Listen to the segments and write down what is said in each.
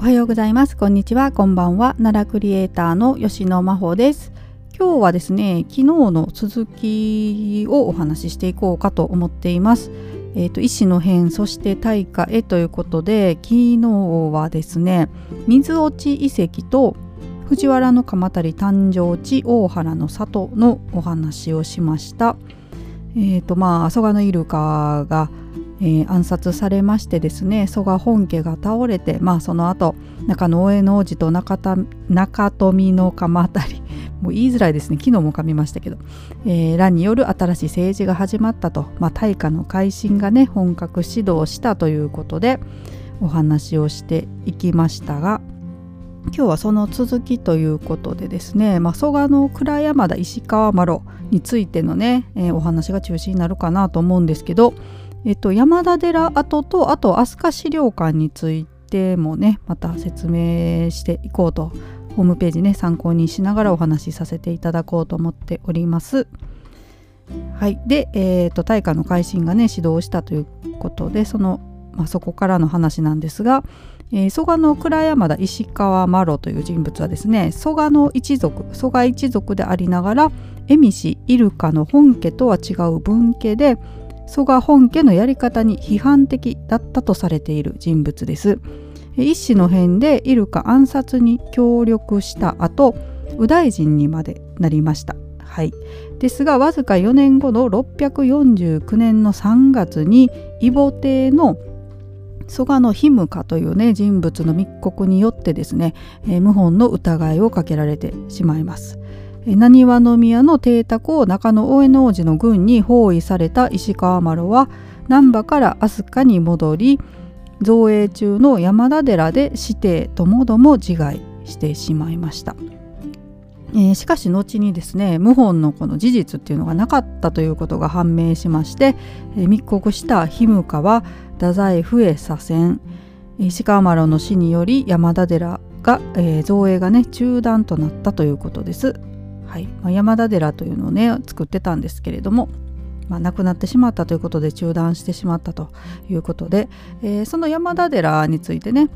はようございます。こんにちは、こんばんは。奈良クリエイターの吉野真帆です。今日はですね、昨日の続きをお話ししていこうかと思っています。石の変、そして大化へということで、昨日はですね、水落遺跡と藤原鎌足誕生地大原の里のお話をしました。蘇我イルカが暗殺されましてですね、蘇我本家が倒れて、その後中野大江の王子と中富の鎌足もう言いづらいですね、昨日も噛みましたけど、らによる新しい政治が始まったと、大化の改新がね本格始動したということでお話をしていきましたが、今日はその続きということでですね、蘇我の倉山田石川麻呂についてのね、お話が中心になるかなと思うんですけど、山田寺跡とあと飛鳥資料館についてもねまた説明していこうと、ホームページね参考にしながらお話しさせていただこうと思っております。はい。で、大化の改新がね始動したということで、そこからの話なんですが、蘇我の倉山田石川麻呂という人物はですね、蘇我一族でありながら蝦夷イルカの本家とは違う分家で、蘇我本家のやり方に批判的だったとされている人物です。一子の変でイルカ暗殺に協力した後、右大臣にまでなりました。はい。ですがわずか4年後の649年の3月に異母帝の蘇我氷向というね人物の密告によってですね、謀反の疑いをかけられてしまいます。難波宮の邸宅を中野大江の王子の軍に包囲された石川麻呂は難波から飛鳥に戻り、造営中の山田寺で師弟ともども自害してしまいました。しかし後にですね、謀反のこの事実っていうのがなかったということが判明しまして、密告した氷向は太宰府へ左遷、石川麻呂の死により山田寺が、造営がね中断となったということです。はい。山田寺というのをね作ってたんですけれども、亡くなってしまったということで中断してしまったということで、その山田寺についてね、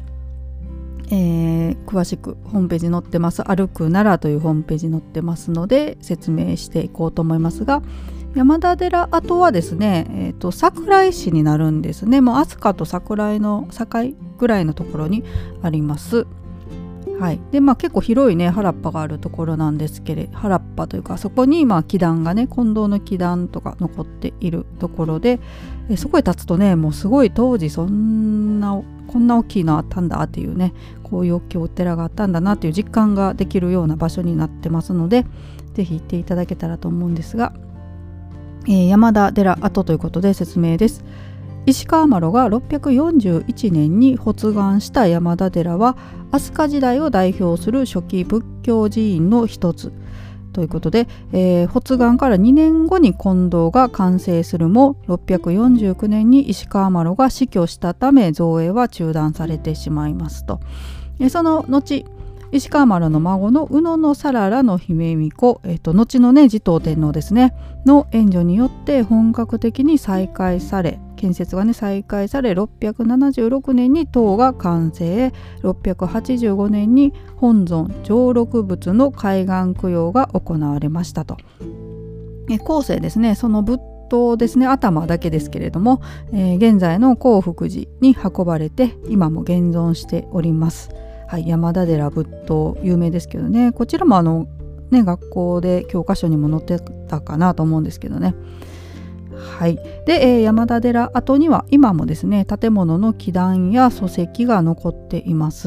詳しくホームページ載ってます。歩く奈良というホームページ載ってますので説明していこうと思いますが、山田寺跡はですね、桜井市になるんですね。もう飛鳥と桜井の境ぐらいのところにあります。はい。で結構広いね原っぱがあるところなんですけれど、原っぱというかそこに基壇がね金堂の基壇とか残っているところで、そこへ立つとねもうすごい当時こんな大きいのあったんだっていうね、こういう大きいお寺があったんだなっていう実感ができるような場所になってますので、ぜひ行っていただけたらと思うんですが、山田寺跡ということで説明です。石川麻呂が641年に発願した山田寺は飛鳥時代を代表する初期仏教寺院の一つということで、発願から2年後に金堂が完成するも649年に石川麻呂が死去したため造営は中断されてしまいますと。その後石川麻呂の孫の宇野のさららの姫巫女、後のね持統天皇ですねの援助によって本格的に再開され、建設がね再開され、676年に塔が完成、685年に本尊上六仏の開眼供養が行われましたと。後世ですね、その仏塔ですね、頭だけですけれども、現在の興福寺に運ばれて今も現存しております。はい。山田寺仏塔有名ですけどね、こちらも学校で教科書にも載ってたかなと思うんですけどね。はい。で、山田寺跡には今もですね建物の基壇や礎石が残っています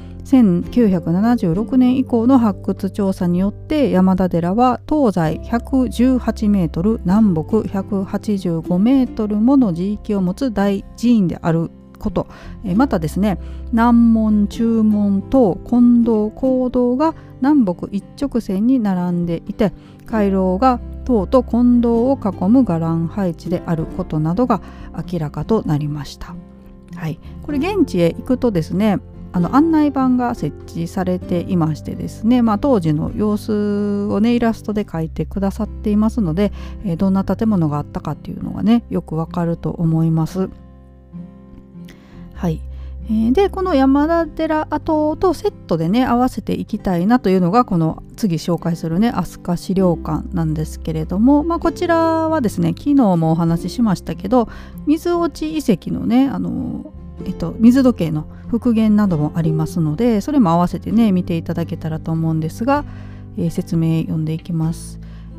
。1976年以降の発掘調査によって山田寺は東西118メートル南北185メートルもの寺域を持つ大寺院であること、またですね南門中門等金堂講堂が南北一直線に並んでいて、回廊が塔と金堂を囲む伽藍配置であることなどが明らかとなりました。はい。これ現地へ行くとですね、案内板が設置されていましてですね、当時の様子をねイラストで描いてくださっていますので、どんな建物があったかっていうのがねよくわかると思います。はい。 でこの山田寺跡とセットでね合わせていきたいなというのがこの次紹介するね飛鳥資料館なんですけれども、こちらはですね昨日もお話ししましたけど水落遺跡のね水時計の復元などもありますのでそれも合わせてね見ていただけたらと思うんですが、説明読んでいきます。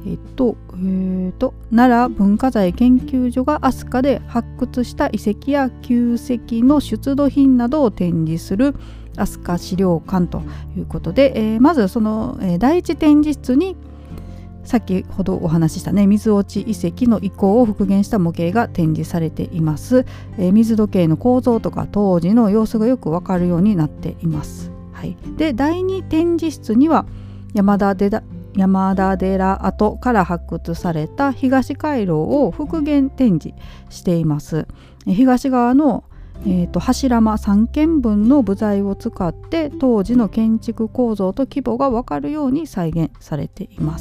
奈良文化財研究所が飛鳥で発掘した遺跡や旧跡の出土品などを展示する飛鳥資料館ということで、まずその、第一展示室に先ほどお話ししたね水落遺跡の遺構を復元した模型が展示されています。水時計の構造とか当時の様子がよくわかるようになっています。で第2展示室には山田寺跡から発掘された東回廊を復元展示しています。東側の、柱間3軒分の部材を使って当時の建築構造と規模が分かるように再現されています。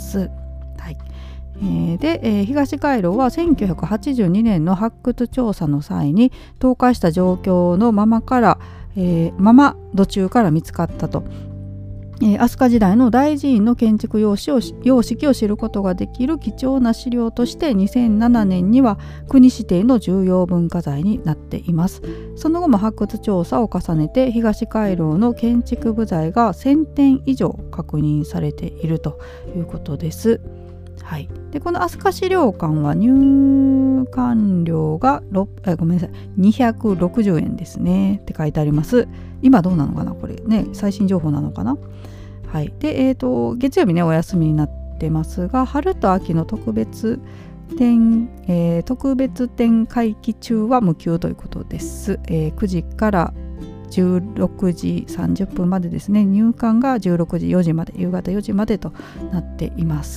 で、東回廊は1982年の発掘調査の際に倒壊した状況のまま土中から見つかったと。飛鳥時代の大寺院の建築様式を知ることができる貴重な資料として2007年には国指定の重要文化財になっています。その後も発掘調査を重ねて東回廊の建築部材が1000点以上確認されているということです。でこの飛鳥資料館は入館料が260円ですねって書いてあります。今どうなのかなこれね最新情報なのかな。で、月曜日ねお休みになってますが春と秋の特別展会期中は無休ということです。9時から16時30分までですね。入館が16時4時まで夕方4時までとなっています。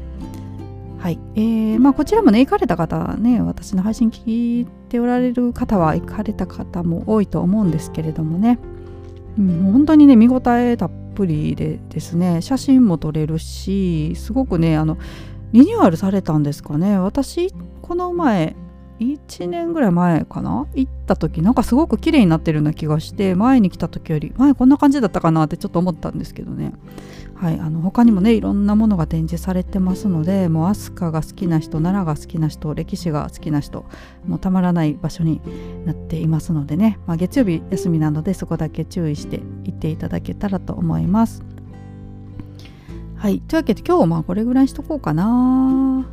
こちらもね行かれた方ね私の配信聞いておられる方は行かれた方も多いと思うんですけれどもね、もう本当にね見応えたっぷりでですね写真も撮れるしすごくねリニューアルされたんですかね。私この前1年ぐらい前かな行った時なんかすごく綺麗になってるような気がして前に来た時より前こんな感じだったかなってちょっと思ったんですけどね。他にもねいろんなものが展示されてますのでもう飛鳥が好きな人奈良が好きな人歴史が好きな人もうたまらない場所になっていますのでね、月曜日休みなのでそこだけ注意して行っていただけたらと思います。というわけで今日はこれぐらいにしとこうかな。も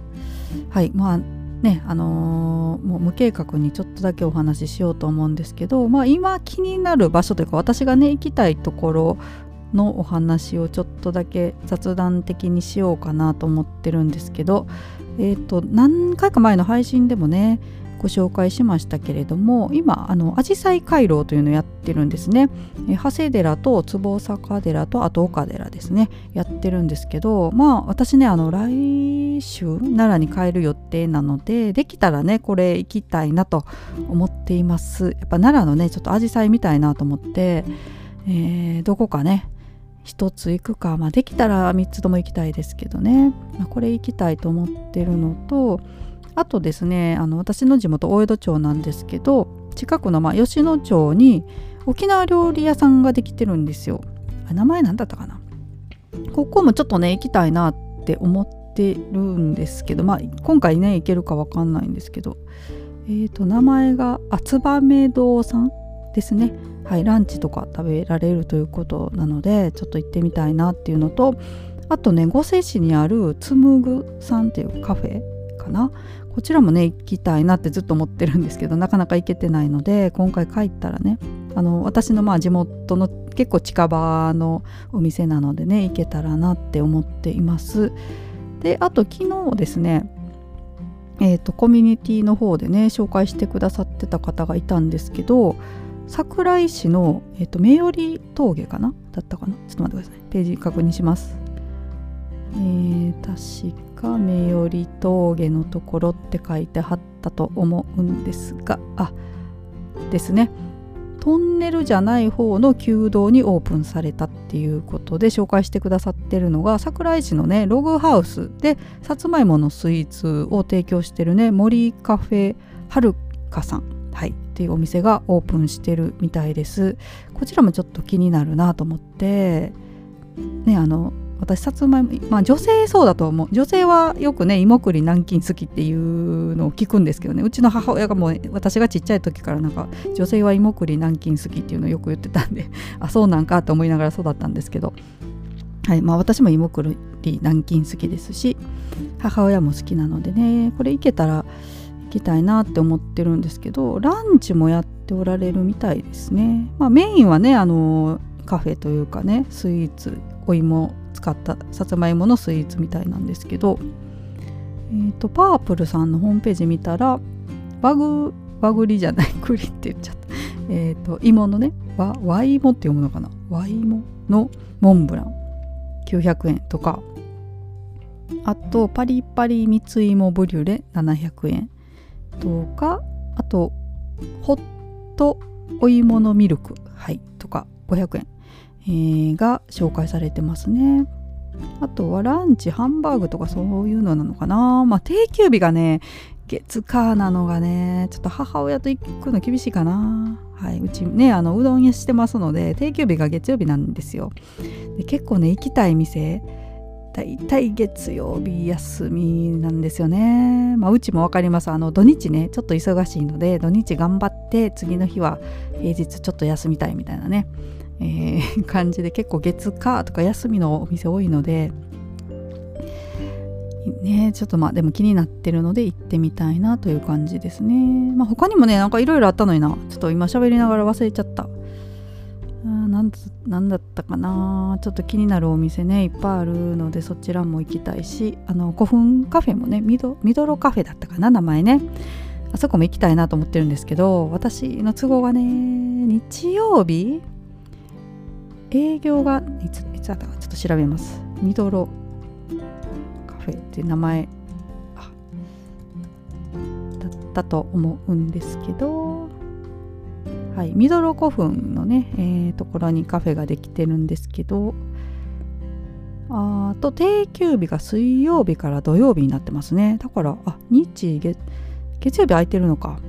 う無計画にちょっとだけお話ししようと思うんですけど、今気になる場所というか私がね行きたいところのお話をちょっとだけ雑談的にしようかなと思ってるんですけど、何回か前の配信でもねご紹介しましたけれども今あじさい回廊というのをやってるんですね。長谷寺と坪坂寺とあと岡寺ですねやってるんですけど私ね来週奈良に帰る予定なのでできたらねこれ行きたいなと思っています。やっぱ奈良のねちょっとあじさいみたいなと思って、どこかね一つ行くか、できたら3つとも行きたいですけどね、これ行きたいと思ってるのとあとですね私の地元大江戸町なんですけど近くの吉野町に沖縄料理屋さんができてるんですよ。名前なんだったかな。ここもちょっとね行きたいなって思ってるんですけど今回ね行けるかわかんないんですけど名前が燕堂さんですね。ランチとか食べられるということなのでちょっと行ってみたいなっていうのとあとね御所市にあるつむぐさんっていうカフェかなこちらもね行きたいなってずっと思ってるんですけどなかなか行けてないので今回帰ったらね私の地元の結構近場のお店なのでね行けたらなって思っています。であと昨日ですねコミュニティの方でね紹介してくださってた方がいたんですけど桜井市の、目寄峠かなだったかなちょっと待ってくださいページ確認します。確か目寄峠のところって書いてはったと思うんですがですねトンネルじゃない方の旧道にオープンされたっていうことで紹介してくださってるのが桜井市のねログハウスでさつまいものスイーツを提供してるね森カフェはるかさんってっていうお店がオープンしてるみたいです。こちらもちょっと気になるなと思ってね、私さつまいも、女性そうだと思う。女性はよくね芋栗南京好きっていうのを聞くんですけどね、うちの母親がもう私がちっちゃい時からなんか女性は芋栗南京好きっていうのをよく言ってたんであ、そうなんかと思いながら育ったんですけど、はい、私も芋栗南京好きですし、母親も好きなのでね、これ行けたら行きたいなって思ってるんですけど、ランチもやっておられるみたいですね。メインはねカフェというかね、スイーツ、お芋使ったさつまいものスイーツみたいなんですけど、パープルさんのホームページ見たら和栗じゃない栗って言っちゃった、芋のね和芋って読むのかな、和芋のモンブラン900円とか、あとパリパリみつ芋ブリュレ700円とか、あとホットお芋のミルク、はい、とか500円、が紹介されてますね。あとはランチハンバーグとかそういうのなのかな。定休日がね月火なのがねちょっと母親と行くの厳しいかな。はい、うちねうどん屋してますので定休日が月曜日なんですよ。で結構ね行きたい店だいたい月曜日休みなんですよね。うちも分かります。土日ねちょっと忙しいので土日頑張って次の日は平日ちょっと休みたいみたいなね、感じで結構月火とか休みのお店多いのでね、ちょっとでも気になってるので行ってみたいなという感じですね。他にもねなんかいろいろあったのにな、ちょっと今喋りながら忘れちゃった。なんだったかな。ちょっと気になるお店ねいっぱいあるのでそちらも行きたいし、古墳カフェもねミドロカフェだったかな名前ね、あそこも行きたいなと思ってるんですけど、私の都合がね日曜日営業がいつだったかちょっと調べます。ミドロカフェって名前だったと思うんですけど、はい、ミドロ古墳のね、ところにカフェができてるんですけど、と定休日が水曜日から土曜日になってますね。だから月曜日空いてるのか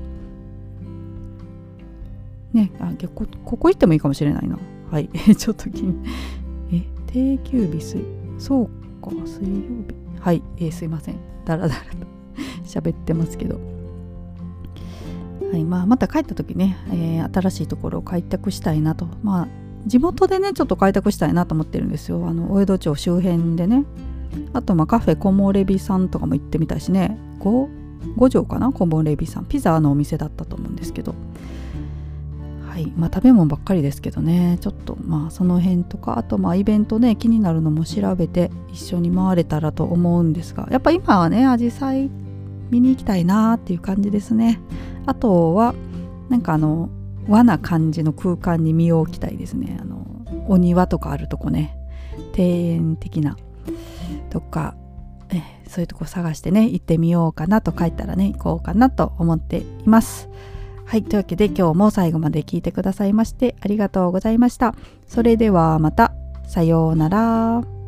ね。ここ行ってもいいかもしれないな。はい、ちょっと定休日そうか水曜日、はい、すいませんだらだらと喋ってますけど、はい、また帰った時ね、新しいところを開拓したいなと、地元でねちょっと開拓したいなと思ってるんですよ。大江戸町周辺でね。あとカフェ木漏れ日さんとかも行ってみたいしね。五条かな、木漏れ日さんピザのお店だったと思うんですけど、はい、食べ物ばっかりですけどね、ちょっとその辺とか、あとイベントね気になるのも調べて一緒に回れたらと思うんですが、やっぱ今はねアジサイ見に行きたいなっていう感じですね。あとはなんか和な感じの空間に身を置きたいですね。お庭とかあるとこね、庭園的なとか、そういうとこ探してね行ってみようかなと、帰ったらね行こうかなと思っています。はい、というわけで今日も最後まで聞いてくださいましてありがとうございました。それではまた、さようなら。